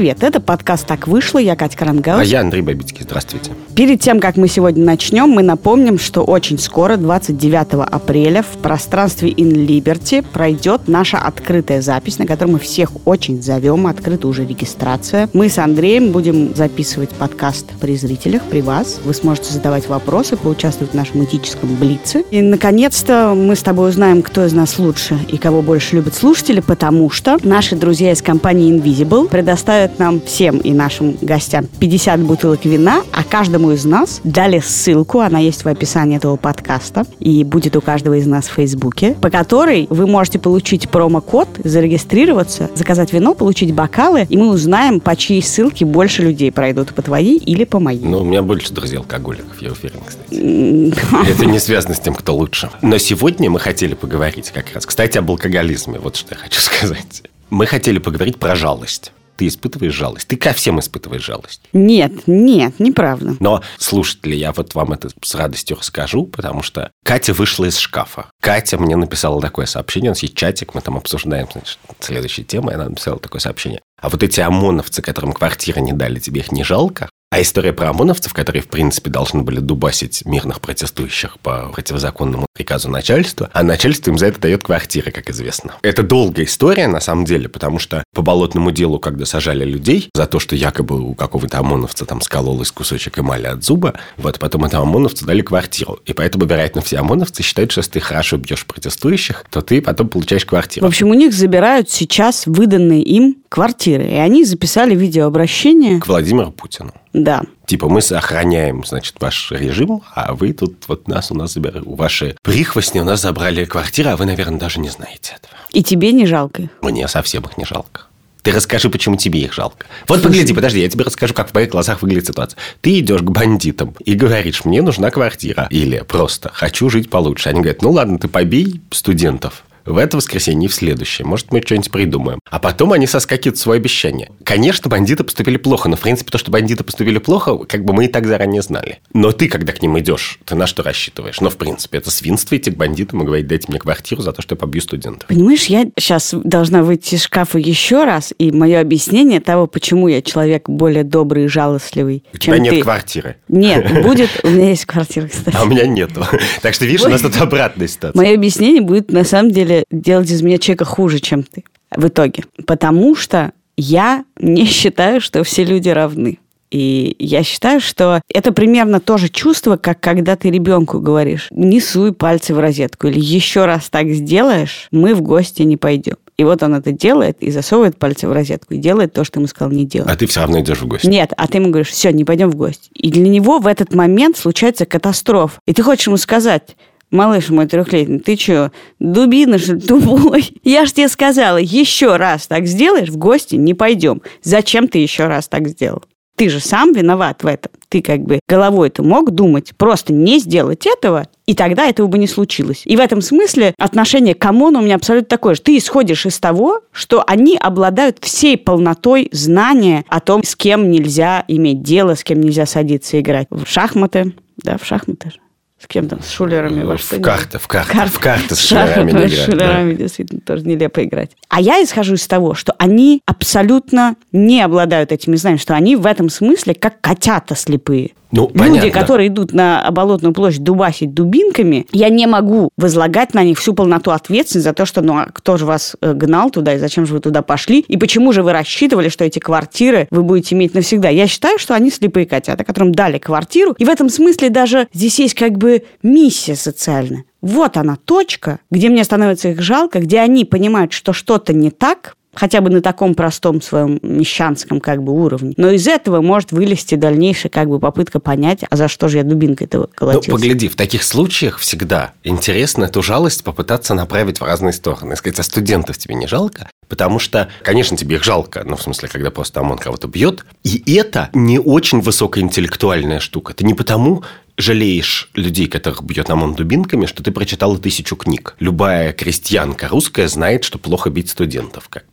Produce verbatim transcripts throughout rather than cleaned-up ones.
Привет, это подкаст «Так вышло». Я Катя Крангаус. А я Андрей Бабицкий. Здравствуйте. Перед тем, как мы сегодня начнем, мы напомним, что очень скоро, двадцать девятого апреля, в пространстве In Liberty пройдет наша открытая запись, на которой мы всех очень зовем. Открыта уже регистрация. Мы с Андреем будем записывать подкаст при зрителях, при вас. Вы сможете задавать вопросы, поучаствовать в нашем этическом блице. И, наконец-то, мы с тобой узнаем, кто из нас лучше и кого больше любят слушатели, потому что наши друзья из компании Invisible предоставят нам всем и нашим гостям пятьдесят бутылок вина, а каждому из нас дали ссылку, она есть в описании этого подкаста и будет у каждого из нас в Фейсбуке, по которой вы можете получить промокод, зарегистрироваться, заказать вино, получить бокалы, и мы узнаем, по чьей ссылке больше людей пройдут, по твоей или по моей. Ну, у меня больше друзей алкоголиков, я уверен, кстати. Это не связано с тем, кто лучше. Но сегодня мы хотели поговорить как раз, кстати, об алкоголизме, вот что я хочу сказать. Мы хотели поговорить про жалость. Ты испытываешь жалость? Ты ко всем испытываешь жалость? Нет, нет, неправда. Но, слушатели, я вот вам это с радостью расскажу, потому что Катя вышла из шкафа. Катя мне написала такое сообщение, у нас есть чатик, мы там обсуждаем, значит, следующие темы, и она написала такое сообщение. А вот эти ОМОНовцы, которым квартиры не дали, тебе их не жалко? А история про ОМОНовцев, которые, в принципе, должны были дубасить мирных протестующих по противозаконному приказу начальства, а начальство им за это дает квартиры, как известно. Это долгая история, на самом деле, потому что по болотному делу, когда сажали людей за то, что якобы у какого-то ОМОНовца там скололось кусочек эмали от зуба, вот потом этому ОМОНовцу дали квартиру. И поэтому, вероятно, все ОМОНовцы считают, что если ты хорошо бьешь протестующих, то ты потом получаешь квартиру. В общем, у них забирают сейчас выданные им квартиры, и они записали видеообращение к Владимиру Путину. Да. Типа, мы сохраняем, значит, ваш режим, а вы тут вот нас у нас забирали. Ваши прихвостни у нас забрали квартиру, а вы, наверное, даже не знаете этого. И тебе не жалко их? Мне совсем их не жалко. Ты расскажи, почему тебе их жалко. Вот погляди, подожди, я тебе расскажу, как в моих глазах выглядит ситуация. Ты идешь к бандитам и говоришь, мне нужна квартира. Или просто хочу жить получше. Они говорят, ну ладно, ты побей студентов. В это воскресенье и в следующее. Может, мы что-нибудь придумаем. А потом они соскакивают в свое обещание. Конечно, бандиты поступили плохо. Но, в принципе, то, что бандиты поступили плохо, как бы мы и так заранее знали. Но ты, когда к ним идешь, ты на что рассчитываешь? Но, в принципе, это свинство идти к бандитам и говорить, дайте мне квартиру за то, что я побью студентов. Понимаешь, я сейчас должна выйти из шкафа еще раз, и мое объяснение того, почему я человек более добрый и жалостливый, у чем тебя нет ты. квартиры. Нет, будет. У меня есть квартира, кстати. А у меня нету. Так что, видишь, у нас тут обратная ситуация. Мое объяснение будет, на самом деле, делать из меня человека хуже, чем ты в итоге. Потому что я не считаю, что все люди равны. И я считаю, что это примерно то же чувство, как когда ты ребенку говоришь, не суй пальцы в розетку, или еще раз так сделаешь, мы в гости не пойдем. И вот он это делает и засовывает пальцы в розетку, и делает то, что ему сказал не делать. А ты все равно идешь в гости. Нет, а ты ему говоришь, все, не пойдем в гости. И для него в этот момент случается катастрофа. И ты хочешь ему сказать... Малыш мой трехлетний, ты что, дубина, что ли, тупой? Я ж тебе сказала, еще раз так сделаешь, в гости не пойдем. Зачем ты еще раз так сделал? Ты же сам виноват в этом. Ты как бы головой-то мог думать, просто не сделать этого, и тогда этого бы не случилось. И в этом смысле отношение к ОМОНу у меня абсолютно такое же. Ты исходишь из того, что они обладают всей полнотой знания о том, с кем нельзя иметь дело, с кем нельзя садиться играть. В шахматы, да, в шахматы же. С кем там, с шулерами во что-нибудь. В карты, в карты, карты. в карты с шулерами не играть. С шулерами, да. Действительно, тоже нелепо играть. А я исхожу из того, что они абсолютно не обладают этими знаниями, что они в этом смысле как котята слепые. Ну, Люди, понятно. которые идут на Болотную площадь дубасить дубинками, я не могу возлагать на них всю полноту ответственности за то, что ну а кто же вас гнал туда, и зачем же вы туда пошли, и почему же вы рассчитывали, что эти квартиры вы будете иметь навсегда. Я считаю, что они слепые котята, которым дали квартиру, и в этом смысле даже здесь есть как бы миссия социальная. Вот она точка, где мне становится их жалко, где они понимают, что что-то не так, хотя бы на таком простом своем мещанском как бы уровне. Но из этого может вылезти дальнейшая как бы попытка понять, а за что же я дубинкой-то колотился. Ну, погляди, в таких случаях всегда интересно эту жалость попытаться направить в разные стороны. Сказать, а студентов тебе не жалко? Потому что, конечно, тебе их жалко, ну, в смысле, когда просто ОМОН кого-то бьет. И это не очень высокоинтеллектуальная штука. Ты не потому жалеешь людей, которых бьет ОМОН дубинками, что ты прочитала тысячу книг. Любая крестьянка русская знает, что плохо бить студентов, как бы.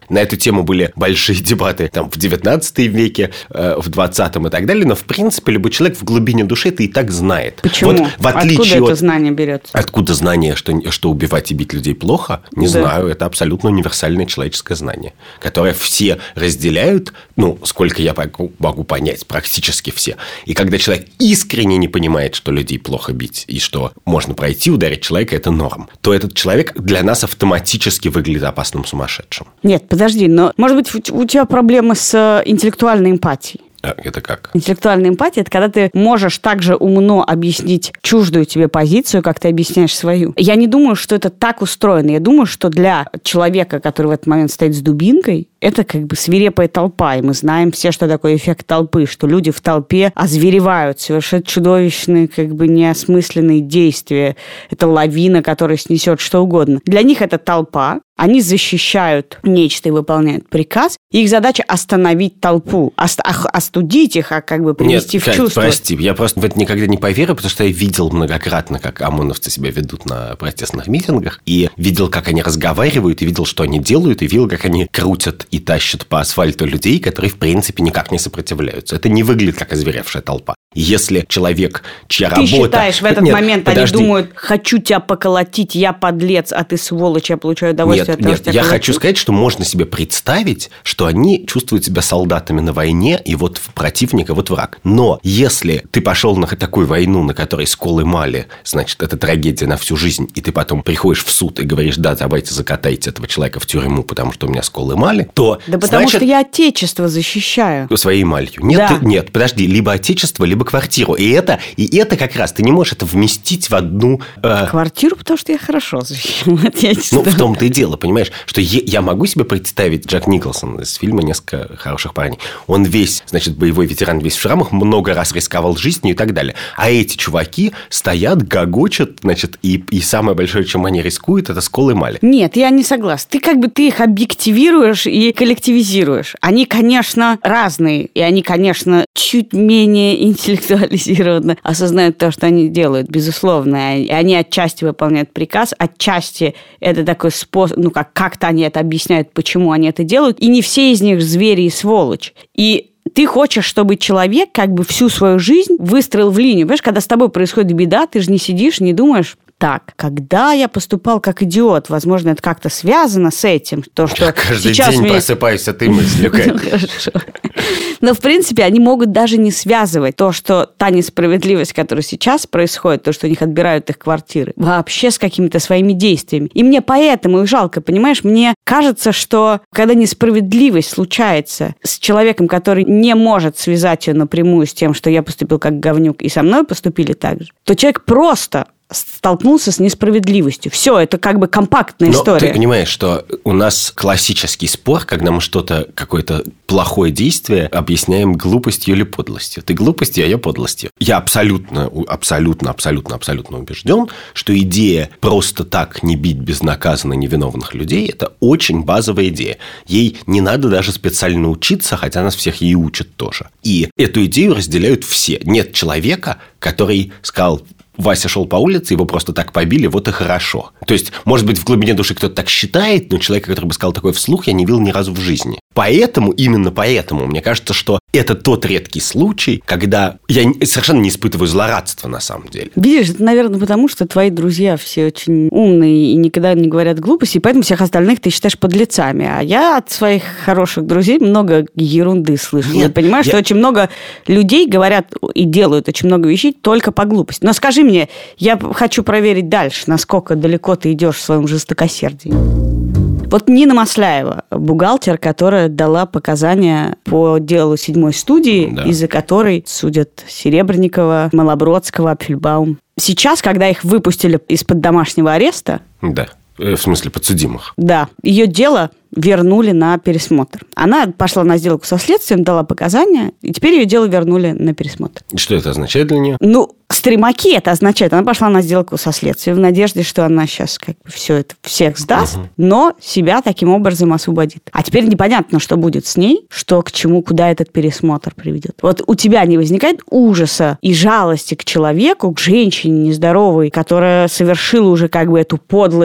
На эту тему были большие дебаты там, в девятнадцатом веке, э, в двадцатом и так далее. Но, в принципе, любой человек в глубине души это и так знает. Почему? Вот, в отличие Откуда от... это знание берется? Откуда знание, что, что убивать и бить людей плохо? Не да. знаю. Это абсолютно универсальное человеческое знание, которое все разделяют, ну, сколько я могу, могу понять, практически все. И когда человек искренне не понимает, что людей плохо бить, и что можно пройти, ударить человека, это норм, то этот человек для нас автоматически выглядит опасным сумасшедшим. Нет, подожди, но, может быть, у тебя проблемы с интеллектуальной эмпатией? Это как? Интеллектуальная эмпатия – это когда ты можешь также умно объяснить чуждую тебе позицию, как ты объясняешь свою. Я не думаю, что это так устроено. Я думаю, что для человека, который в этот момент стоит с дубинкой, это как бы свирепая толпа. И мы знаем все, что такое эффект толпы, что люди в толпе озверевают, совершают чудовищные, как бы неосмысленные действия. Это лавина, которая снесет что угодно. Для них это толпа. Они защищают нечто и выполняют приказ. Их задача остановить толпу, ост- остудить их, а как бы привести Нет, в чувство. Прости, я просто в это никогда не поверю, потому что я видел многократно, как ОМОНовцы себя ведут на протестных митингах, и видел, как они разговаривают, и видел, что они делают, и видел, как они крутят и тащат по асфальту людей, которые, в принципе, никак не сопротивляются. Это не выглядит как озверевшая толпа. И если человек, чья ты работа... Ты считаешь, в этот Нет, момент подожди. они думают, хочу тебя поколотить, я подлец, а ты сволочь, я получаю удовольствие Нет, от того, нет, что тебя я колотят? хочу сказать, что можно себе представить, что они чувствуют себя солдатами на войне, и вот противник, и вот враг. Но если ты пошел на такую войну, на которой скол эмали, значит, это трагедия на всю жизнь, и ты потом приходишь в суд и говоришь, да, давайте закатайте этого человека в тюрьму, потому что у меня скол эмали, то... Да потому значит, что я отечество защищаю. Своей эмалью. Нет, да. ты, нет, подожди, либо отечество, либо квартиру. И это, и это как раз, ты не можешь это вместить в одну... Э... Квартиру, потому что я хорошо защищаю отечество. Ну, в том-то и дело, понимаешь, что я, я могу себе представить Джек Николсон из фильма «Несколько хороших парней». Он весь, значит, боевой ветеран, весь в шрамах, много раз рисковал жизнью и так далее. А эти чуваки стоят, гогочат, значит, и, и самое большое, чем они рискуют, это скол эмали. Нет, я не согласна. Ты как бы ты их объективируешь и коллективизируешь. Они, конечно, разные, и они, конечно, чуть менее интеллектуализированно осознают то, что они делают, безусловно. И они отчасти выполняют приказ, отчасти это такой способ, ну, как, как-то они это объясняют, почему они это делают. И не все из них звери и сволочь. И ты хочешь, чтобы человек как бы всю свою жизнь выстроил в линию. Понимаешь, когда с тобой происходит беда, ты же не сидишь, не думаешь... Так, когда я поступал как идиот, возможно, это как-то связано с этим, то, что я каждый сейчас день мне... просыпаюсь от этой мысли. Ну, хорошо. Но, в принципе, они могут даже не связывать то, что та несправедливость, которая сейчас происходит, то, что у них отбирают их квартиры, вообще с какими-то своими действиями. И мне поэтому их жалко, понимаешь? Мне кажется, что когда несправедливость случается с человеком, который не может связать ее напрямую с тем, что я поступил как говнюк, и со мной поступили так же, то человек просто... столкнулся с несправедливостью. Все, это как бы компактная Но история. Ты понимаешь, что у нас классический спор, когда мы что-то, какое-то плохое действие объясняем глупостью или подлостью. Ты глупостью, а я подлостью. Я абсолютно, абсолютно, абсолютно, абсолютно убежден, что идея просто так не бить безнаказанно невиновных людей – это очень базовая идея. Ей не надо даже специально учиться, хотя нас всех ей учат тоже. И эту идею разделяют все. Нет человека, который сказал... Вася шел по улице, его просто так побили, вот и хорошо. То есть, может быть, в глубине души кто-то так считает, но человека, который бы сказал такое вслух, я не видел ни разу в жизни. Поэтому, именно поэтому, мне кажется, что это тот редкий случай, когда я совершенно не испытываю злорадства на самом деле. Видишь, это, наверное, потому что твои друзья все очень умные и никогда не говорят глупости, и поэтому всех остальных ты считаешь подлецами. А я от своих хороших друзей много ерунды слышу. Нет, я понимаю, я... что очень много людей говорят и делают очень много вещей только по глупости. Но скажи мне, я хочу проверить дальше, насколько далеко ты идешь в своем жестокосердии. Вот Нина Масляева, бухгалтер, которая дала показания по делу седьмой студии, да. из-за которой судят Серебренникова, Малобродского, Апфельбаум. Сейчас, когда их выпустили из-под домашнего ареста... Да, в смысле подсудимых. Да, ее дело вернули на пересмотр. Она пошла на сделку со следствием, дала показания, и теперь ее дело вернули на пересмотр. И что это означает для нее? Ну, стримаки это означает. Она пошла на сделку со следствием в надежде, что она сейчас как бы все это всех сдаст, угу. но себя таким образом освободит. А теперь непонятно, что будет с ней, что к чему, куда этот пересмотр приведет. Вот у тебя не возникает ужаса и жалости к человеку, к женщине нездоровой, которая совершила уже как бы эту подлость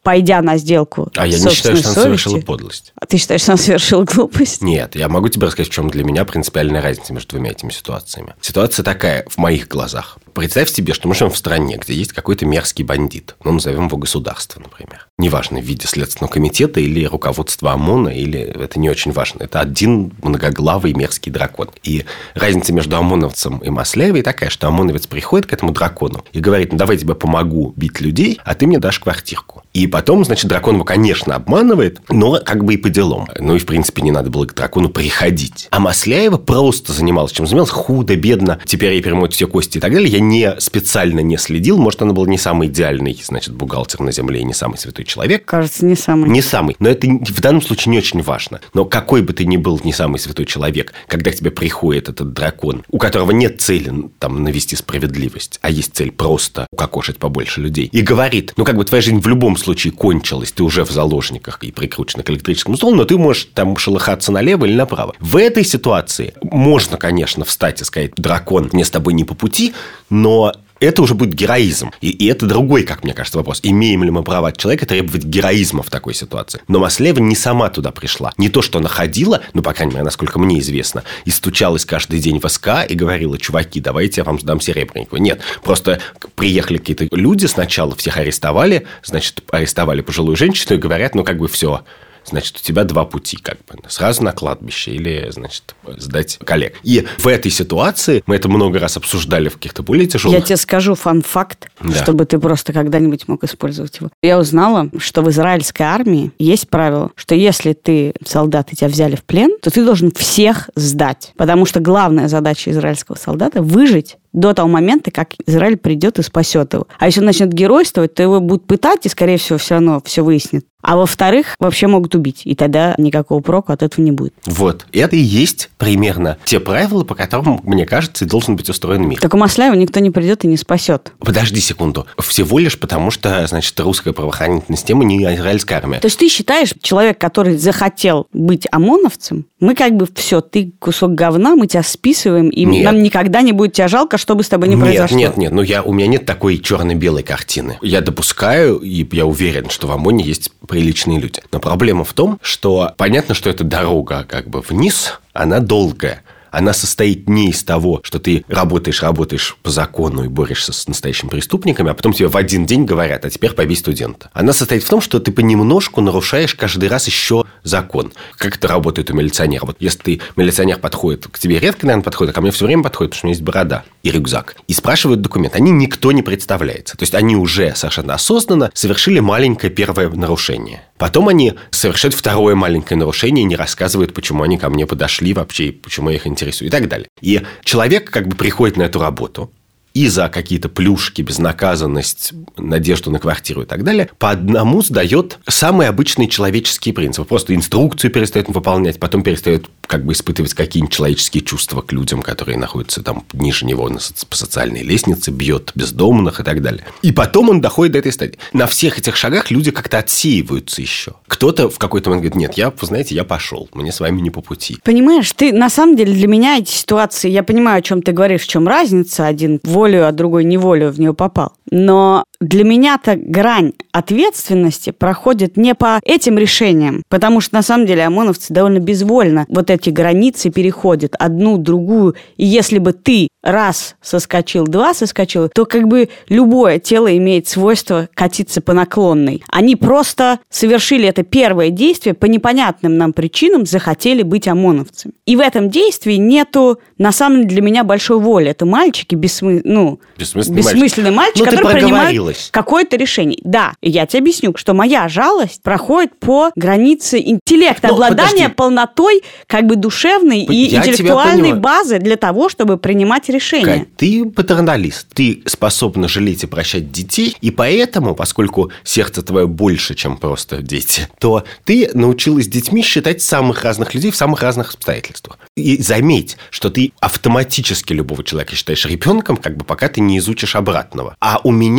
пойдя на сделку А я не считаю, что она совершила подлость. А ты считаешь, что она совершила глупость? Нет, я могу тебе рассказать, в чем для меня принципиальная разница между двумя этими ситуациями. Ситуация такая, в моих глазах. Представь себе, что мы живем в стране, где есть какой-то мерзкий бандит. Ну, назовем его государство, например. Неважно, в виде Следственного комитета или руководства ОМОНа, или это не очень важно. Это один многоглавый мерзкий дракон. И разница между ОМОНовцем и Масляевой такая, что ОМОНовец приходит к этому дракону и говорит: ну, давай я тебе помогу бить людей, а ты мне дашь квартирку. И потом, значит, дракон его, конечно, обманывает, но как бы и по делам. Ну, и, в принципе, не надо было к дракону приходить. А Масляева просто занималась, чем занималась, худо, бедно, теперь ей перемоют все кости и так далее. Я не специально не следил. Может, она была не самый идеальный, значит, бухгалтер на земле и не самый святой человек. Кажется, не самый. Не самый. Но это в данном случае не очень важно. Но какой бы ты ни был не самый святой человек, когда к тебе приходит этот дракон, у которого нет цели там навести справедливость, а есть цель просто укокошить побольше людей, и говорит: ну, как бы твоя жизнь в любом случае кончилась, ты уже в заложниках и прикручена к электрическому столу, но ты можешь там шелыхаться налево или направо. В этой ситуации можно, конечно, встать и сказать: дракон, мне с тобой не по пути, но это уже будет героизм. И, и это другой, как мне кажется, вопрос. Имеем ли мы право от человека требовать героизма в такой ситуации? Но Масляева не сама туда пришла. Не то, что она ходила, ну, по крайней мере, насколько мне известно, и стучалась каждый день в СК и говорила: чуваки, давайте я вам сдам Серебренникова. Нет, просто приехали какие-то люди, сначала всех арестовали, значит, арестовали пожилую женщину и говорят: ну, как бы все... Значит, у тебя два пути, как бы. Сразу на кладбище или, значит, сдать коллег. И в этой ситуации, мы это много раз обсуждали в каких-то более тяжелых... Я тебе скажу фан-факт, да. чтобы ты просто когда-нибудь мог использовать его. Я узнала, что в израильской армии есть правило, что если ты солдат и тебя взяли в плен, то ты должен всех сдать. Потому что главная задача израильского солдата – выжить до того момента, как Израиль придет и спасет его. А если он начнет геройствовать, то его будут пытать, и, скорее всего, все равно все выяснит. А во-вторых, вообще могут убить. И тогда никакого проку от этого не будет. Вот. Это и есть примерно те правила, по которым, мне кажется, должен быть устроен мир. Так у Масляева никто не придет и не спасет. Подожди секунду. Всего лишь потому, что, значит, русская правоохранительная система не израильская армия. То есть ты считаешь, человек, который захотел быть ОМОНовцем, мы как бы все, ты кусок говна, мы тебя списываем, и нет. Нам никогда не будет тебя жалко, что бы с тобой не нет, произошло. Нет, нет, ну я, у меня нет такой черно-белой картины. Я допускаю, и я уверен, что в ОМОНе есть приличные люди. Но проблема в том, что понятно, что эта дорога как бы вниз, она долгая. Она состоит не из того, что ты работаешь, работаешь по закону и борешься с настоящими преступниками, а потом тебе в один день говорят: а теперь побей студента. Она состоит в том, что ты понемножку нарушаешь каждый раз еще закон. Как это работает у милиционера? Вот если ты, милиционер подходит к тебе, редко, наверное, подходит, а ко мне все время подходит, потому что у меня есть борода и рюкзак. И спрашивают документ. Они никто не представляется. То есть они уже совершенно осознанно совершили маленькое первое нарушение. Потом они совершают второе маленькое нарушение и не рассказывают, почему они ко мне подошли вообще, и почему я их интересую, и так далее. И человек как бы приходит на эту работу и за какие-то плюшки, безнаказанность, надежду на квартиру и так далее, по одному сдает самые обычные человеческие принципы. Просто инструкцию перестает выполнять, потом перестает как бы испытывать какие-нибудь человеческие чувства к людям, которые находятся там ниже него по социальной лестнице, бьет бездомных и так далее. И потом он доходит до этой стадии. На всех этих шагах люди как-то отсеиваются еще. Кто-то в какой-то момент говорит: нет, я, вы знаете, я пошел, мне с вами не по пути. Понимаешь, ты на самом деле для меня эти ситуации, я понимаю, о чем ты говоришь, в чем разница, один волю, а другой неволю в нее попал. Но для меня-то грань ответственности проходит не по этим решениям, потому что на самом деле ОМОНовцы довольно безвольно вот эти границы переходят одну, другую. И если бы ты раз соскочил, два соскочил, то как бы любое тело имеет свойство катиться по наклонной. Они просто совершили это первое действие, по непонятным нам причинам захотели быть ОМОНовцами. И в этом действии нету, на самом деле, для меня большой воли. Это мальчики, бессмы... ну, бессмысленный, бессмысленный мальчик, мальчик который принимает какое-то решение. Да, я тебе объясню, что моя жалость проходит по границе интеллекта, ну, обладания подожди. полнотой как бы душевной и я интеллектуальной базы для того, чтобы принимать решения. Кать, ты патерналист. Ты способна жалеть и прощать детей, и поэтому, поскольку сердце твое больше, чем просто дети, то ты научилась с детьми считать самых разных людей в самых разных обстоятельствах. И заметь, что ты автоматически любого человека считаешь ребенком, как бы пока ты не изучишь обратного. А у меня, ну,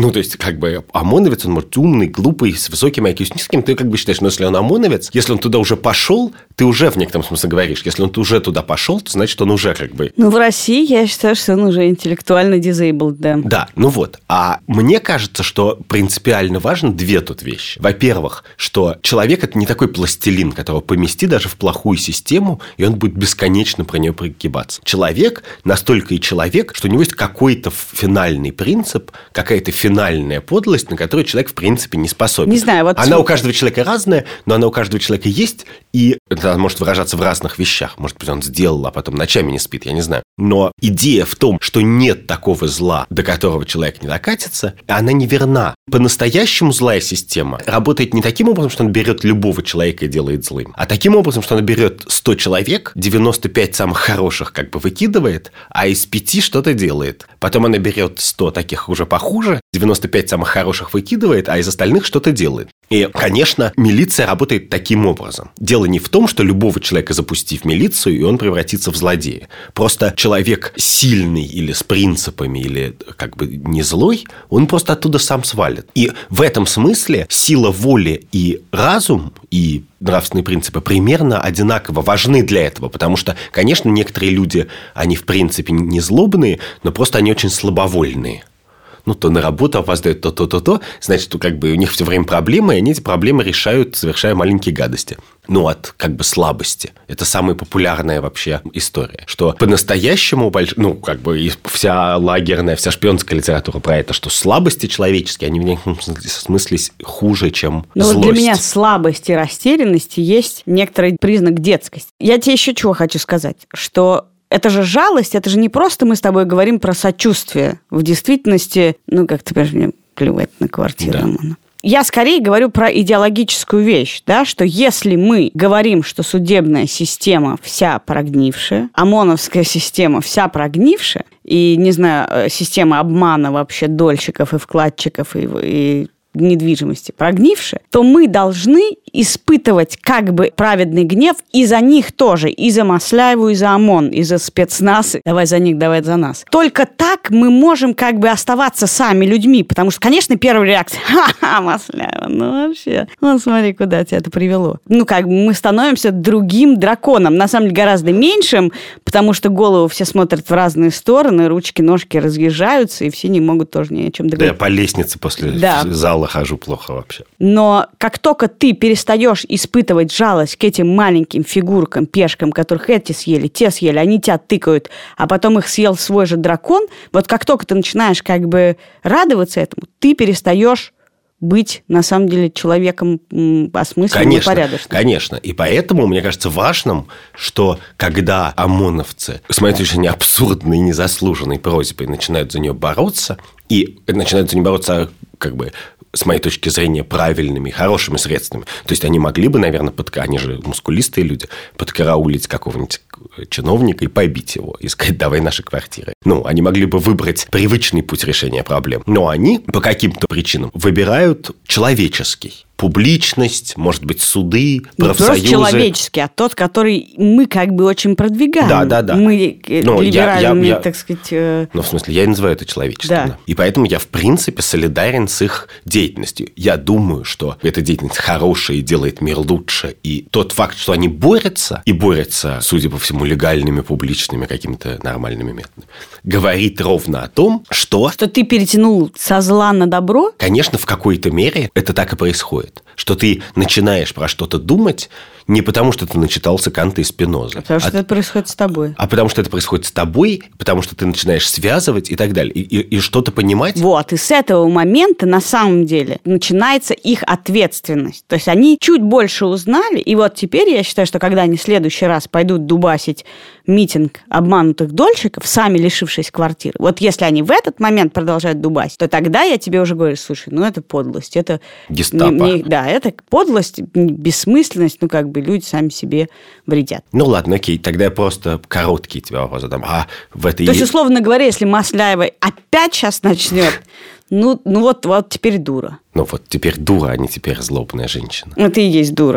Ну, то есть, как бы, ОМОНовец, он может умный, глупый, с высоким ай кью, с низким, ты как бы считаешь, но если он ОМОНовец, если он туда уже пошел, ты уже в некотором смысле говоришь, если он уже туда пошел, то значит, он уже как бы... Ну, в России я считаю, что он уже интеллектуально disabled, да. Да, ну вот. А мне кажется, что принципиально важно две тут вещи. Во-первых, что человек – это не такой пластилин, которого помести даже в плохую систему, и он будет бесконечно про нее прогибаться. Человек настолько и человек, что у него есть какой-то финальный принцип, какая-то финальная подлость, на которую человек, в принципе, не способен. Не знаю, вот... Она у каждого человека разная, но она у каждого человека есть, и это может выражаться в разных вещах. Может быть, он сделал, а потом ночами не спит, я не знаю. Но идея в том, что нет такого зла, до которого человек не докатится, она неверна. По-настоящему злая система работает не таким образом, что она берет любого человека и делает злым, а таким образом, что она берет сто человек, девяносто пять самых хороших как бы выкидывает, а из пяти что-то делает. Потом она берет сто таких уже похуже, девяносто пять самых хороших выкидывает, а из остальных что-то делает. И, конечно, милиция работает таким образом. Дело не в том, что любого человека запусти в милицию, и он превратится в злодея. Просто человек сильный или с принципами, или как бы не злой, он просто оттуда сам свалит. И в этом смысле сила воли и разум, и нравственные принципы примерно одинаково важны для этого, потому что, конечно, некоторые люди, они в принципе не злобные, но просто они очень слабовольные. Ну, то на работу опаздывают, то, то, то, то. Значит, как бы у них все время проблемы, и они эти проблемы решают, совершая маленькие гадости. Ну, от как бы слабости. Это самая популярная вообще история. Что по-настоящему, больш... ну, как бы вся лагерная, вся шпионская литература про это, что слабости человеческие, они в некотором смысле хуже, чем ну, злость. Вот для меня слабость и растерянность есть некоторый признак детскости. Я тебе еще чего хочу сказать, что... Это же жалость, это же не просто мы с тобой говорим про сочувствие. В действительности, ну, как ты понимаешь, мне плевать на квартиру ОМОНа. Да. Я скорее говорю про идеологическую вещь, да, что если мы говорим, что судебная система вся прогнившая, ОМОНовская система вся прогнившая, и, не знаю, система обмана вообще дольщиков и вкладчиков и... и недвижимости прогнившие, то мы должны испытывать как бы праведный гнев и за них тоже, и за Масляеву, и за ОМОН, и за спецназ. Давай за них, давай за нас. Только так мы можем как бы оставаться сами людьми, потому что, конечно, первая реакция: ха-ха, Масляева, ну вообще, ну смотри, куда тебя это привело. Ну как бы мы становимся другим драконом, на самом деле гораздо меньшим, потому что голову все смотрят в разные стороны, ручки, ножки разъезжаются, и все не могут тоже ни о чем договориться. Да, я по лестнице после да. зала хожу плохо вообще. Но как только ты перестаешь испытывать жалость к этим маленьким фигуркам, пешкам, которых эти съели, те съели, они тебя тыкают, а потом их съел свой же дракон, вот как только ты начинаешь как бы радоваться этому, ты перестаешь быть, на самом деле, человеком осмысленным и порядочным. Конечно. И поэтому, мне кажется, важным, что когда ОМОНовцы с моей точки зрения абсурдной и незаслуженной просьбой начинают за нее бороться, и начинают за нее бороться как бы с моей точки зрения, правильными, хорошими средствами. То есть, они могли бы, наверное, под... они же мускулистые люди, подкараулить какого-нибудь чиновника и побить его, и сказать: давай наши квартиры. Ну, они могли бы выбрать привычный путь решения проблем. Но они по каким-то причинам выбирают человеческий. Публичность, может быть, суды, не профсоюзы. Не просто человеческий, а тот, который мы как бы очень продвигаем. Да, да, да. Мы ну, либеральными, я, я, так сказать... Э... Ну, в смысле, я называю это человечеством. Да. И поэтому я, в принципе, солидарен с их деятельностью. Я думаю, что эта деятельность хорошая и делает мир лучше. И тот факт, что они борются, и борются, судя по всему, легальными, публичными, какими-то нормальными методами, говорит ровно о том, что... Что ты перетянул со зла на добро? Конечно, в какой-то мере это так и происходит. Что ты начинаешь про что-то думать не потому, что ты начитался Канта и Спинозы. А потому что а, это происходит с тобой. А потому что это происходит с тобой, потому что ты начинаешь связывать и так далее. И, и, и что-то понимать. Вот, и с этого момента на самом деле начинается их ответственность. То есть они чуть больше узнали, и вот теперь я считаю, что когда они в следующий раз пойдут дубасить митинг обманутых дольщиков, сами лишившись квартиры, вот если они в этот момент продолжают дубасить, то тогда я тебе уже говорю: слушай, ну это подлость, это... Гестапо. Не, не, да, это подлость, бессмысленность, ну как бы люди сами себе вредят. Ну ладно, окей, тогда я просто короткий тебе вопрос задам. А в этой... То есть, условно говоря, если Масляева опять сейчас начнет, ну, ну вот, вот теперь дура. Ну вот теперь дура, а не теперь злобная женщина. Ну ты и есть дура.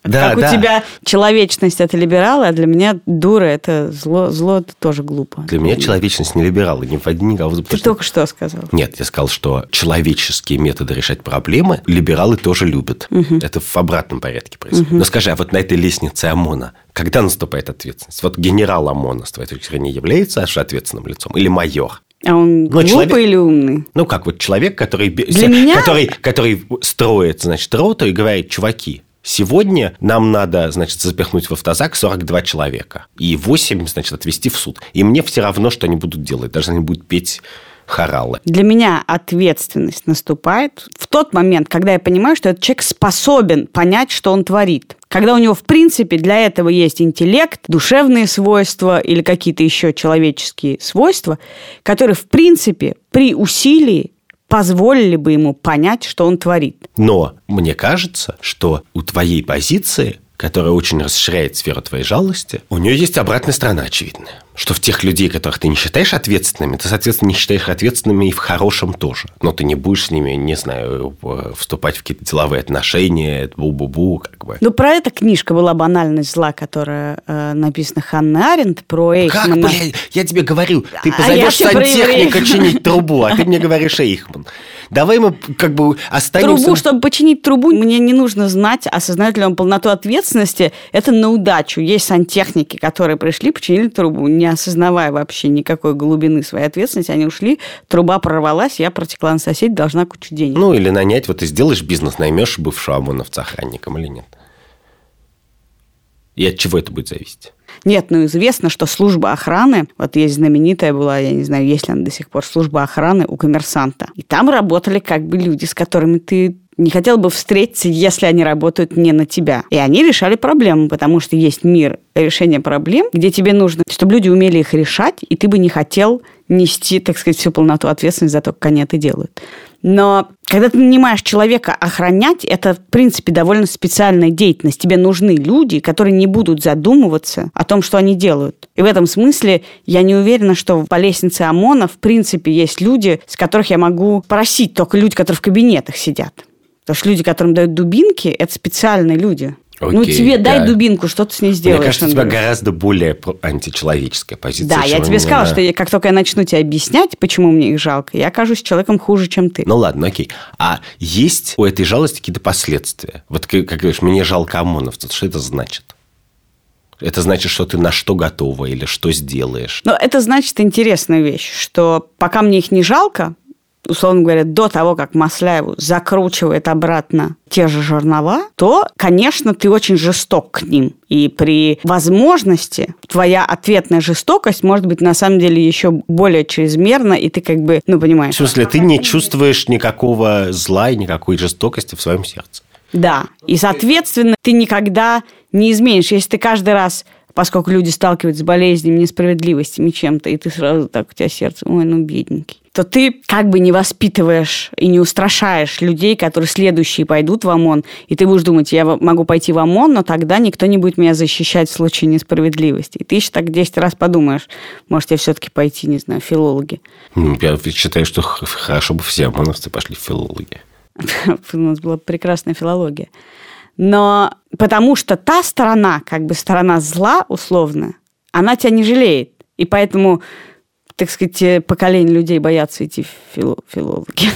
Да, как да. у тебя человечность – это либералы, а для меня дура – это зло, зло – это тоже глупо. Для меня человечность не либералы, не вводи никого в Ты заблуждение. только что сказал. Нет, я сказал, что человеческие методы решать проблемы либералы тоже любят. Угу. Это в обратном порядке происходит. Угу. Но скажи, а вот на этой лестнице ОМОНа когда наступает ответственность? Вот генерал ОМОНа, с твоей точки зрения, является ответственным лицом? Или майор? А он Ну, глупый человек... или умный? Ну, как вот человек, который, Для меня... который, который строит, значит, роту и говорит: чуваки, сегодня нам надо, значит, запихнуть в автозак сорок два человека и восемь, значит, отвезти в суд. И мне все равно, что они будут делать. Даже они будут петь хоралы. Для меня ответственность наступает в тот момент, когда я понимаю, что этот человек способен понять, что он творит. Когда у него, в принципе, для этого есть интеллект, душевные свойства или какие-то еще человеческие свойства, которые, в принципе, при усилии позволили бы ему понять, что он творит. Но мне кажется, что у твоей позиции, которая очень расширяет сферу твоей жалости, у нее есть обратная сторона очевидная. Что в тех людей, которых ты не считаешь ответственными, ты, соответственно, не считаешь ответственными и в хорошем тоже. Но ты не будешь с ними, не знаю, вступать в какие-то деловые отношения, бу-бу-бу, как бы. Ну, про это книжка была «Банальность зла», которая э, написана Ханной Аренд, про Эйхмана. Как, блядь, я тебе говорю, ты А позовешь я тебе сантехника чинить трубу, а ты мне говоришь Эйхман. Давай мы как бы останемся... Трубу, чтобы починить трубу, мне не нужно знать, осознает ли он полноту ответственности. Это на удачу. Есть сантехники, которые пришли, починили трубу, не осознавая вообще никакой глубины своей ответственности. Они ушли, труба прорвалась, я протекла на соседей, должна кучу денег. Ну, или нанять, вот ты сделаешь бизнес, наймешь бывшего ОМОНовца охранником или нет? И от чего это будет зависеть? Нет, ну известно, что служба охраны, вот есть знаменитая была, я не знаю, есть ли она до сих пор, служба охраны у коммерсанта. И там работали как бы люди, с которыми ты не хотел бы встретиться, если они работают не на тебя. И они решали проблемы, потому что есть мир решения проблем, где тебе нужно, чтобы люди умели их решать, и ты бы не хотел нести, так сказать, всю полноту ответственности за то, как они это делают. Но когда ты нанимаешь человека охранять, это, в принципе, довольно специальная деятельность. Тебе нужны люди, которые не будут задумываться о том, что они делают. И в этом смысле я не уверена, что по лестнице ОМОНа, в принципе, есть люди, с которых я могу просить, только люди, которые в кабинетах сидят. Потому что люди, которым дают дубинки, это специальные люди. Окей, ну, тебе да. дай дубинку, что ты с ней сделаешь? Мне кажется, у тебя гораздо более античеловеческая позиция. Да, я тебе сказала, да. что я, как только я начну тебе объяснять, почему мне их жалко, я окажусь человеком хуже, чем ты. Ну, ладно, окей. А есть у этой жалости какие-то последствия? Вот, как, как говоришь, мне жалко ОМОНовцев. Что это значит? Это значит, что ты на что готова или что сделаешь? Но это значит интересная вещь, что пока мне их не жалко, условно говоря, до того, как Масляеву закручивает обратно те же жернова, то, конечно, ты очень жесток к ним. И при возможности твоя ответная жестокость может быть на самом деле еще более чрезмерна, и ты как бы, ну, понимаешь... В смысле, ты не чувствуешь никакого зла и никакой жестокости в своем сердце? Да. И, соответственно, ты никогда не изменишь. Если ты каждый раз... Поскольку люди сталкиваются с болезнями, несправедливостями, чем-то, и ты сразу так, у тебя сердце, ой, ну, бедненький, то ты как бы не воспитываешь и не устрашаешь людей, которые следующие пойдут в ОМОН, и ты будешь думать, я могу пойти в ОМОН, но тогда никто не будет меня защищать в случае несправедливости. И ты еще так десять раз подумаешь, может, я все-таки пойти, не знаю, в филологи. Я считаю, что хорошо бы все ОМОНовцы пошли в филологи. У нас была прекрасная филология. Но потому что та сторона, как бы сторона зла, условно, она тебя не жалеет. И поэтому, так сказать, поколение людей боятся идти в фило- филологи.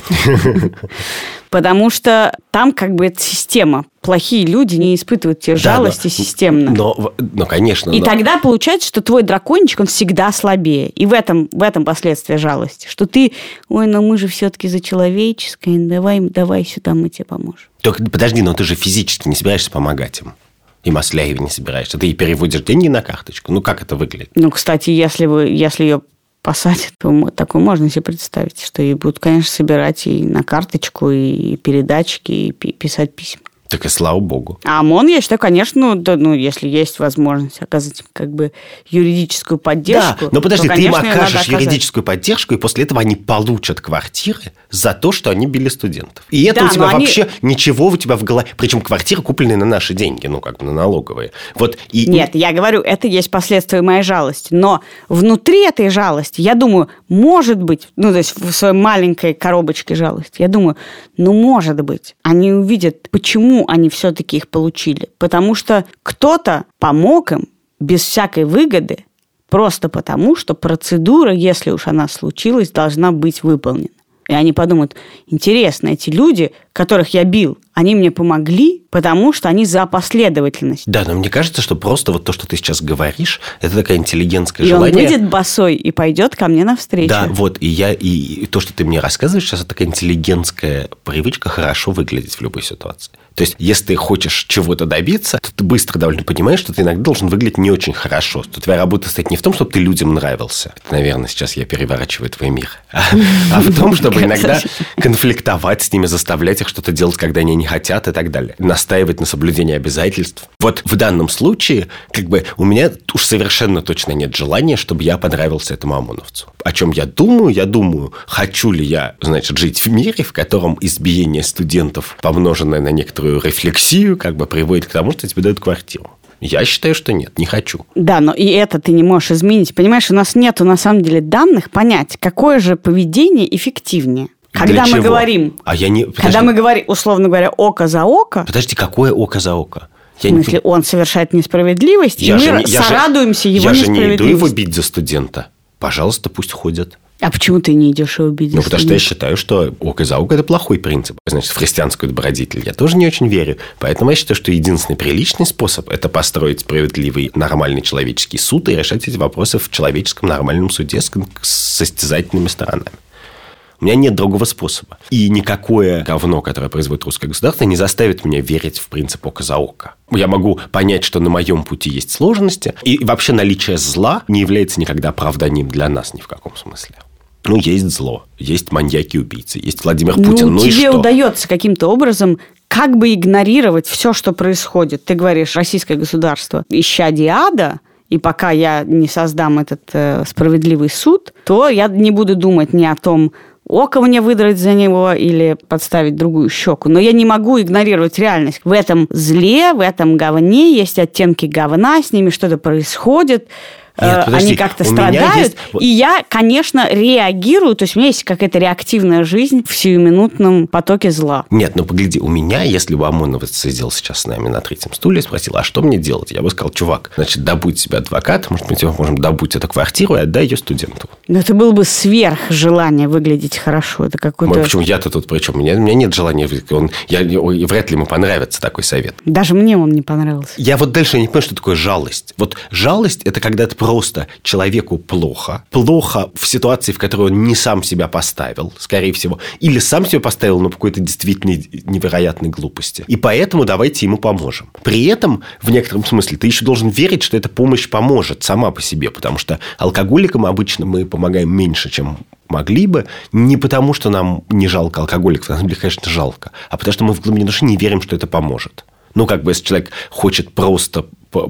Потому что там как бы это система. Плохие люди не испытывают те жалости системно. Но, но, конечно. И но... тогда получается, что твой дракончик, он всегда слабее. И в этом, в этом последствие жалости. Что ты, ой, ну мы же все-таки за человеческое, давай, давай сюда, мы тебе поможем. Только подожди, но ты же физически не собираешься помогать им. И Масляеве не собираешься. Ты ей переводишь деньги на карточку. Ну, как это выглядит? Ну, кстати, если, вы, если ее посадят, то такое можно себе представить, что ей будут, конечно, собирать и на карточку, и передатчики, и писать письма. Так и слава богу. А ОМОН, я считаю, конечно, ну, да, ну, если есть возможность оказать как бы юридическую поддержку. Да, но подожди, то, ты им конечно, окажешь юридическую поддержку, и после этого они получат квартиры за то, что они били студентов. И это да, у тебя они... вообще ничего у тебя в голове. Причем квартиры купленные на наши деньги, ну, как бы на налоговые. Вот, и... Нет, я говорю, это есть последствия моей жалости. Но внутри этой жалости, я думаю, может быть, ну, то есть в своей маленькой коробочке жалости, я думаю, ну, может быть, они увидят, почему они все-таки их получили. Потому что кто-то помог им без всякой выгоды, просто потому, что процедура, если уж она случилась, должна быть выполнена. И они подумают, интересно, эти люди, которых я бил, они мне помогли, потому что они за последовательность. Да, но мне кажется, что просто вот то, что ты сейчас говоришь, это такая интеллигентское и желание. И он выйдет босой и пойдет ко мне навстречу. Да, вот, и я, и то, что ты мне рассказываешь сейчас, это такая интеллигентская привычка хорошо выглядеть в любой ситуации. То есть, если ты хочешь чего-то добиться, то ты быстро довольно понимаешь, что ты иногда должен выглядеть не очень хорошо. Что твоя работа стоит не в том, чтобы ты людям нравился. Это, наверное, сейчас я переворачиваю твой мир. А, а в том, чтобы иногда конфликтовать с ними, заставлять их что-то делать, когда они не хотят и так далее. Настаивать на соблюдении обязательств. Вот в данном случае, как бы, у меня уж совершенно точно нет желания, чтобы я понравился этому ОМОНовцу. О чем я думаю? Я думаю, хочу ли я, значит, жить в мире, в котором избиение студентов, помноженное на некоторую рефлексию, как бы приводит к тому, что тебе дают квартиру. Я считаю, что нет, не хочу. Да, но и это ты не можешь изменить. Понимаешь, у нас нету, на самом деле, данных понять, какое же поведение эффективнее. Когда мы говорим, а я не... когда мы говорим, условно говоря, око за око. Подожди, какое око за око? Я в смысле, не... он совершает несправедливость, я и мы не, сорадуемся же, его я несправедливости. Я же не иду его бить за студента. Пожалуйста, пусть ходят. А почему ты не идешь его бить? Ну, потому что я считаю, что око за око – это плохой принцип. Значит, в христианскую добродетель я тоже не очень верю. Поэтому я считаю, что единственный приличный способ – это построить справедливый, нормальный человеческий суд и решать эти вопросы в человеческом нормальном суде с состязательными сторонами. У меня нет другого способа. И никакое говно, которое производит русское государство, не заставит меня верить в принцип око за око. Я могу понять, что на моем пути есть сложности, и вообще наличие зла не является никогда оправданием для нас ни в каком смысле. Ну, есть зло, есть маньяки-убийцы, есть Владимир Путин, ну, ну и что? Тебе удается каким-то образом как бы игнорировать все, что происходит. Ты говоришь, российское государство исчадие ада, и пока я не создам этот э, справедливый суд, то я не буду думать ни о том, око мне выдрать за него или подставить другую щеку. Но я не могу игнорировать реальность. В этом зле, в этом говне есть оттенки говна, с ними что-то происходит. Нет, подожди, они как-то страдают, есть... и я, конечно, реагирую, то есть у меня есть какая-то реактивная жизнь в сиюминутном потоке зла. Нет, ну погляди, у меня, если бы ОМОНовец сидел сейчас с нами на третьем стуле и спросил, а что мне делать? Я бы сказал, чувак, значит, добудь себе адвоката, может быть, мы можем добудь эту квартиру и отдай ее студенту. Но это было бы сверх желания выглядеть хорошо. Это какой-то... Ой, почему я-то тут при чем? У меня, у меня нет желания, он, я, вряд ли ему понравится такой совет. Даже мне он не понравился. Я вот дальше не понимаю, что такое жалость. Вот жалость – это когда ты просто человеку плохо. Плохо в ситуации, в которой он не сам себя поставил, скорее всего. Или сам себя поставил, но по какой-то действительно невероятной глупости. И поэтому давайте ему поможем. При этом, в некотором смысле, ты еще должен верить, что эта помощь поможет сама по себе. Потому что алкоголикам обычно мы помогаем меньше, чем могли бы. Не потому, что нам не жалко алкоголиков. На самом деле, конечно, жалко. А потому что мы в глубине души не верим, что это поможет. Ну, как бы, если человек хочет просто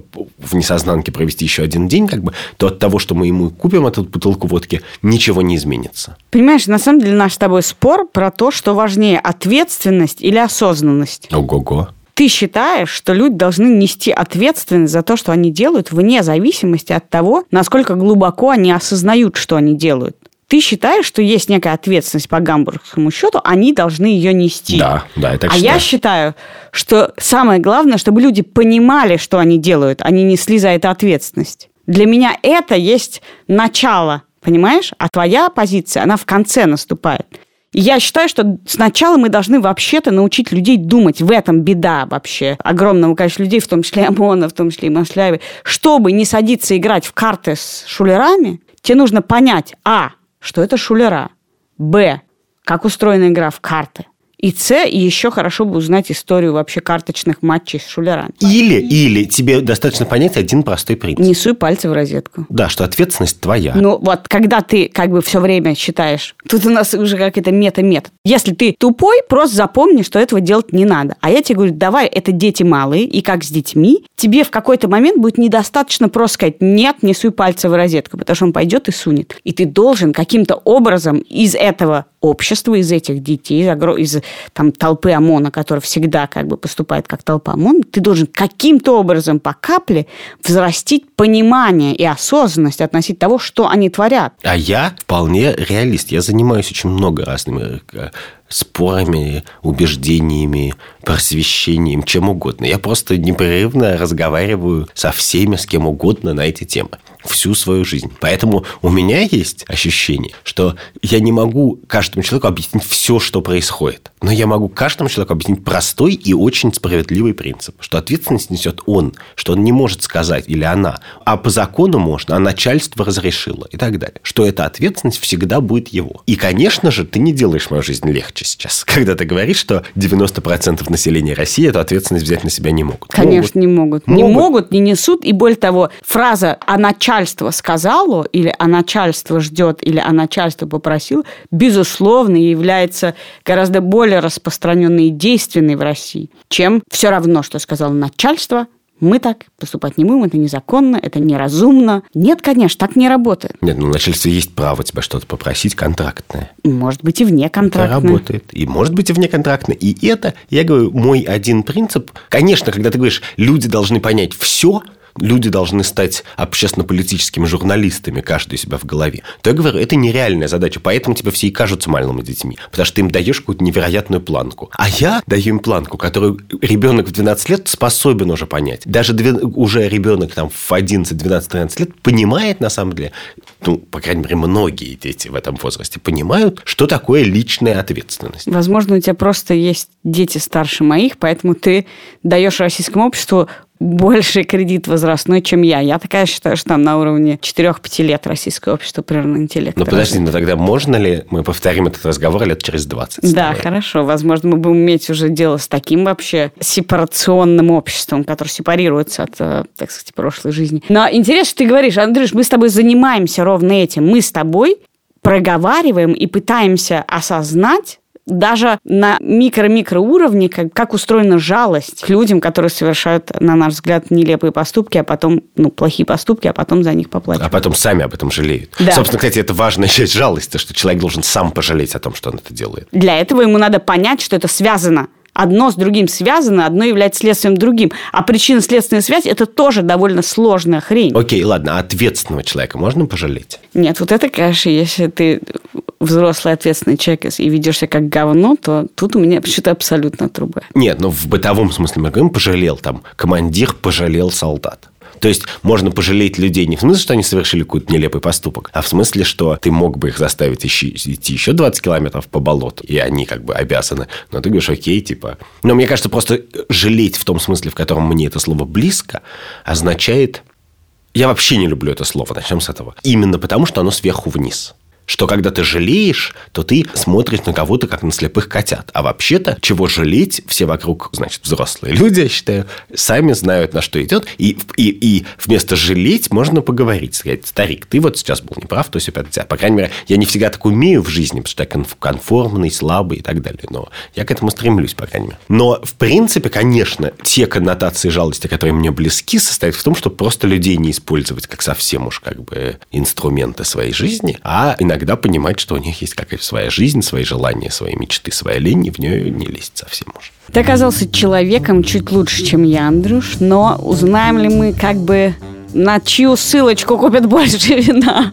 в несознанке провести еще один день, как бы, то от того, что мы ему купим эту бутылку водки, ничего не изменится. Понимаешь, на самом деле наш с тобой спор про то, что важнее, ответственность или осознанность. Ого-го. Ты считаешь, что люди должны нести ответственность за то, что они делают, вне зависимости от того, насколько глубоко они осознают, что они делают. Ты считаешь, что есть некая ответственность по гамбургскому счету, они должны ее нести. Да, да, я так а считаю. я считаю, что самое главное, чтобы люди понимали, что они делают, они несли за это ответственность. Для меня это есть начало, понимаешь? А твоя позиция, она в конце наступает. И я считаю, что сначала мы должны вообще-то научить людей думать. В этом беда вообще огромного количества людей, в том числе ОМОНа, в том числе и Машляева. Чтобы не садиться играть в карты с шулерами, тебе нужно понять, а, что это шулера, б, как устроена игра в карты, и С, и еще хорошо бы узнать историю вообще карточных матчей с шулерами. Или, или тебе достаточно понять один простой принцип. Не суй пальцы в розетку. Да, что ответственность твоя. Ну, вот, когда ты как бы все время считаешь, тут у нас уже какой-то мета-метод. Если ты тупой, просто запомни, что этого делать не надо. А я тебе говорю, давай, это дети малые, и как с детьми, тебе в какой-то момент будет недостаточно просто сказать, нет, не суй пальцы в розетку, потому что он пойдет и сунет. И ты должен каким-то образом из этого общество, из этих детей, из, из там, толпы ОМОНа, которая всегда как бы поступает как толпа ОМОНа, ты должен каким-то образом по капле взрастить понимание и осознанность относительно того, что они творят. А я вполне реалист. Я занимаюсь очень много разными спорами, убеждениями, просвещением, чем угодно. Я просто непрерывно разговариваю со всеми, с кем угодно на эти темы всю свою жизнь. Поэтому у меня есть ощущение, что я не могу каждому человеку объяснить все, что происходит. Но я могу каждому человеку объяснить простой и очень справедливый принцип, что ответственность несет он, что он не может сказать или она, а по закону можно, а начальство разрешило и так далее. Что эта ответственность всегда будет его. И, конечно же, ты не делаешь мою жизнь легче сейчас, когда ты говоришь, что девяносто процентов населения России эту ответственность взять на себя не могут. Конечно, могут. не могут. могут. Не могут, не несут. И более того, фраза «а начальство сказало» или «а начальство ждет» или «а начальство попросило» безусловно является гораздо более распространенной и действенной в России, чем все равно, что сказало начальство. Мы так поступать не будем, это незаконно, это неразумно. Нет, конечно, так не работает. Нет, ну, начальство есть право тебя что-то попросить контрактное. Может быть, и внеконтрактное. Это работает. И может быть, и внеконтрактное. И это, я говорю, мой один принцип. Конечно, когда ты говоришь, люди должны понять все, люди должны стать общественно-политическими журналистами, каждый у себя в голове, то я говорю, это нереальная задача, поэтому тебе все и кажутся малыми детьми, потому что ты им даешь какую-то невероятную планку. А я даю им планку, которую ребенок в двенадцать лет способен уже понять. Даже уже ребенок там, в одиннадцать, двенадцать, тринадцать лет понимает, на самом деле, ну, по крайней мере, многие дети в этом возрасте понимают, что такое личная ответственность. Возможно, у тебя просто есть дети старше моих, поэтому ты даешь российскому обществу больше кредит возрастной, чем я. Я такая считаю, что там на уровне четыре-пять лет российское общество примерно интеллекта. Ну, подожди, но тогда можно ли мы повторим этот разговор лет через двадцать? Да, хорошо. Возможно, мы будем иметь уже дело с таким вообще сепарационным обществом, которое сепарируется от, так сказать, прошлой жизни. Но интересно, что ты говоришь, Андрюш, мы с тобой занимаемся ровно этим. Мы с тобой проговариваем и пытаемся осознать, даже на микро-микро уровне, как, как устроена жалость к людям, которые совершают, на наш взгляд, нелепые поступки, а потом, ну, плохие поступки, а потом за них поплачивают. А потом сами об этом жалеют. Да. Собственно, кстати, это важная часть жалости, что человек должен сам пожалеть о том, что он это делает. Для этого ему надо понять, что это связано. Одно с другим связано, одно является следствием другим. А причинно-следственная связь – это тоже довольно сложная хрень. Окей, ладно, а ответственного человека можно пожалеть? Нет, вот это, конечно, если ты взрослый ответственный человек и ведешься как говно, то тут у меня почему-то абсолютно труба. Нет, ну в бытовом смысле мы говорим, пожалел там, командир пожалел солдат. То есть можно пожалеть людей не в смысле, что они совершили какой-то нелепый поступок, а в смысле, что ты мог бы их заставить идти еще двадцать километров по болоту, и они как бы обязаны. Но ты говоришь, окей, типа... Но мне кажется, просто жалеть в том смысле, в котором мне это слово близко, означает... Я вообще не люблю это слово, начнем с этого. Именно потому, что оно сверху вниз. Что когда ты жалеешь, то ты смотришь на кого-то, как на слепых котят. А вообще-то, чего жалеть, все вокруг, значит, взрослые люди, я считаю, сами знают, на что идет. И, и, и вместо жалеть можно поговорить. Сказать, старик, ты вот сейчас был неправ, то есть, опять, по крайней мере, я не всегда так умею в жизни, потому что я конформный, слабый и так далее. Но я к этому стремлюсь, по крайней мере. Но, в принципе, конечно, те коннотации жалости, которые мне близки, состоят в том, чтобы просто людей не использовать как совсем уж как бы инструменты своей жизни, а иногда Иногда понимать, что у них есть какая-то своя жизнь, свои желания, свои мечты, своя лень, и в нее не лезть совсем уж. Ты оказался человеком чуть лучше, чем я, Андрюш, но узнаем ли мы, как бы, на чью ссылочку купят больше вина?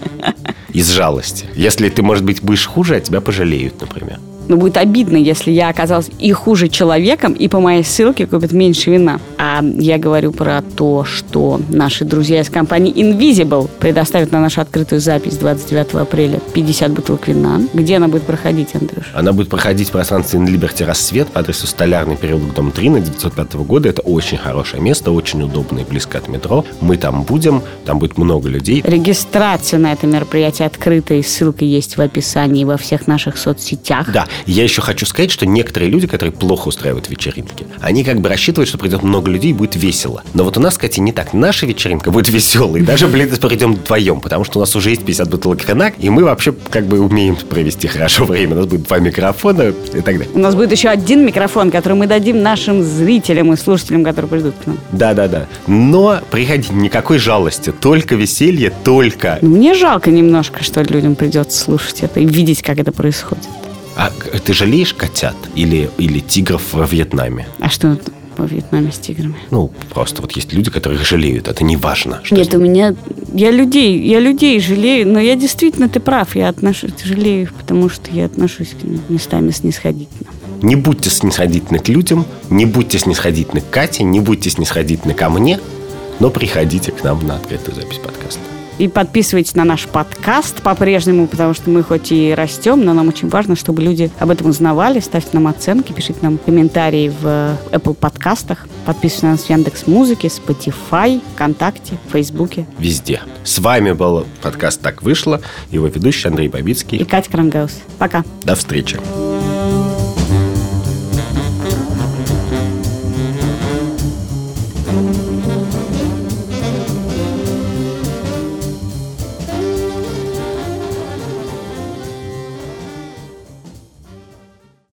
Из жалости. Если ты, может быть, будешь хуже, а тебя пожалеют, например. Но будет обидно, если я оказалась и хуже человеком, и по моей ссылке купят меньше вина. А я говорю про то, что наши друзья из компании Invisible предоставят на нашу открытую запись двадцать девятого апреля пятьдесят бутылок вина. Где она будет проходить, Андрюш? Она будет проходить в пространстве Инлиберти Рассвет по адресу Столярный переулок, дом три, на девятьсот пятого года. Это очень хорошее место, очень удобное, близко от метро. Мы там будем, там будет много людей. Регистрация на это мероприятие открыта, и ссылка есть в описании во всех наших соцсетях. Да, Я еще хочу сказать, что некоторые люди, которые плохо устраивают вечеринки, они как бы рассчитывают, что придет много людей и будет весело. Но вот у нас, кстати, не так. Наша вечеринка будет веселой. Даже, блин, придем вдвоем, потому что у нас уже есть пятьдесят бутылок вина, и мы вообще как бы умеем провести хорошо время. У нас будет два микрофона и так далее. У нас будет еще один микрофон, который мы дадим нашим зрителям и слушателям, которые придут к нам. Да-да-да. Но приходите, никакой жалости, только веселье, только... Мне жалко немножко, что людям придется слушать это и видеть, как это происходит. А ты жалеешь котят или, или тигров во Вьетнаме? А что во Вьетнаме с тиграми? Ну, просто вот есть люди, которые жалеют. Это не важно. Что Нет, у меня... Я людей, я людей жалею, но я действительно, ты прав, я отношусь, жалею их, потому что я отношусь к ним местами снисходительно. Не будьте снисходительны к людям, не будьте снисходительны к Кате, не будьте снисходительны ко мне, но приходите к нам на открытую запись подкаста. И подписывайтесь на наш подкаст по-прежнему, потому что мы хоть и растем, но нам очень важно, чтобы люди об этом узнавали. Ставьте нам оценки, пишите нам комментарии в Apple подкастах. Подписывайтесь на нас в Яндекс.Музыке, Spotify, ВКонтакте, Фейсбуке. Везде. С вами был подкаст «Так вышло». Его ведущий Андрей Бабицкий. И Катя Крангаус. Пока. До встречи.